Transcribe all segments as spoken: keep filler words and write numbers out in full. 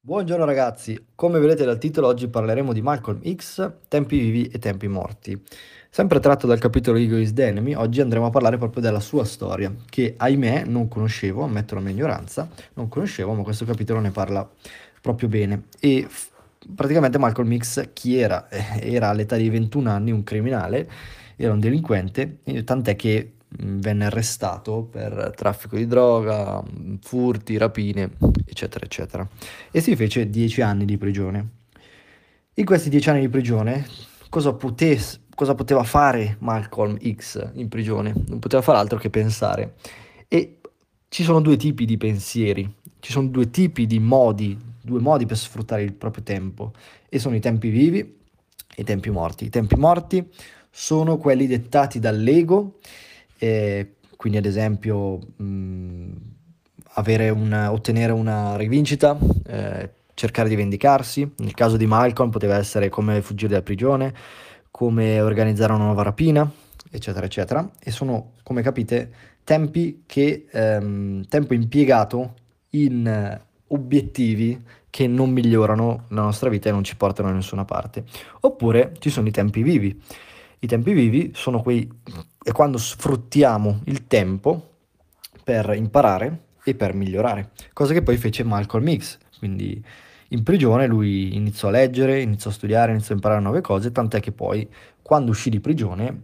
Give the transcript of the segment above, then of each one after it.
Buongiorno ragazzi, come vedete dal titolo oggi parleremo di Malcolm X, tempi vivi e tempi morti. Sempre tratto dal capitolo Ego is the Enemy, oggi andremo a parlare proprio della sua storia, che ahimè non conoscevo, ammetto la mia ignoranza, non conoscevo, ma questo capitolo ne parla proprio bene. E f- praticamente Malcolm X chi era? Eh, Era all'età di ventuno anni un criminale, era un delinquente, e tant'è che mh, venne arrestato per traffico di droga, mh, furti, rapine, eccetera, eccetera e si fece dieci anni di prigione. In questi dieci anni di prigione, cosa, potes- cosa poteva fare Malcolm X in prigione? Non poteva fare altro che pensare. E ci sono due tipi di pensieri, ci sono due tipi di modi, due modi per sfruttare il proprio tempo, e sono i tempi vivi e i tempi morti. I tempi morti sono quelli dettati dall'ego, eh, quindi ad esempio mh, avere una- ottenere una rivincita, eh, cercare di vendicarsi. Nel caso di Malcolm poteva essere come fuggire dalla prigione, come organizzare una nuova rapina, eccetera, eccetera. E sono, come capite, tempi che, ehm, tempo impiegato in eh, obiettivi che non migliorano la nostra vita e non ci portano da nessuna parte. Oppure ci sono i tempi vivi. I tempi vivi sono quei, è quando sfruttiamo il tempo per imparare e per migliorare, cosa che poi fece Malcolm X, quindi in prigione lui iniziò a leggere, iniziò a studiare, iniziò a imparare nuove cose, tant'è che poi quando uscì di prigione,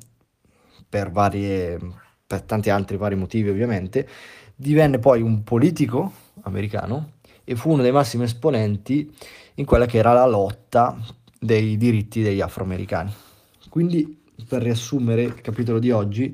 per varie, per tanti altri vari motivi ovviamente, divenne poi un politico americano e fu uno dei massimi esponenti in quella che era la lotta dei diritti degli afroamericani. Quindi, per riassumere il capitolo di oggi,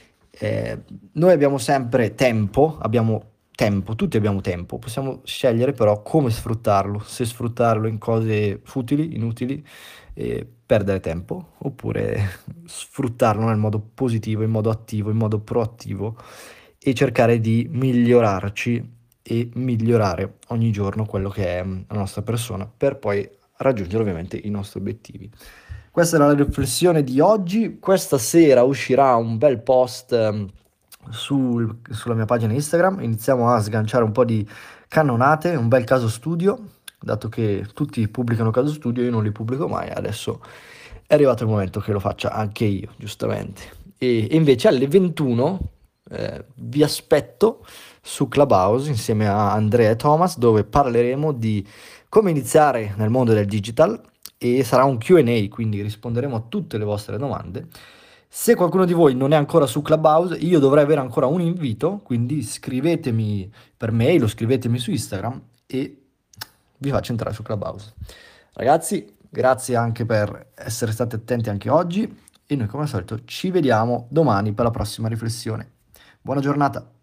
eh, noi abbiamo sempre tempo, abbiamo tempo, tutti abbiamo tempo, possiamo scegliere però come sfruttarlo, se sfruttarlo in cose futili, inutili, e perdere tempo, oppure sfruttarlo nel modo positivo, in modo attivo, in modo proattivo e cercare di migliorarci e migliorare ogni giorno quello che è la nostra persona per poi raggiungere ovviamente i nostri obiettivi. Questa era la riflessione di oggi. Questa sera uscirà un bel post ehm, sul- sulla mia pagina Instagram. Iniziamo a sganciare un po' di cannonate, un bel caso studio, dato che tutti pubblicano caso studio, io non li pubblico mai. Adesso è arrivato il momento che lo faccia anche io, giustamente. E, e invece alle ventuno eh, vi aspetto su Clubhouse insieme a Andrea e Thomas, dove parleremo di come iniziare nel mondo del digital e sarà un Q and A, quindi risponderemo a tutte le vostre domande. Se qualcuno di voi non è ancora su Clubhouse, io dovrei avere ancora un invito, quindi scrivetemi per mail o scrivetemi su Instagram e vi faccio entrare su Clubhouse. Ragazzi, grazie anche per essere stati attenti anche oggi e noi come al solito ci vediamo domani per la prossima riflessione. Buona giornata.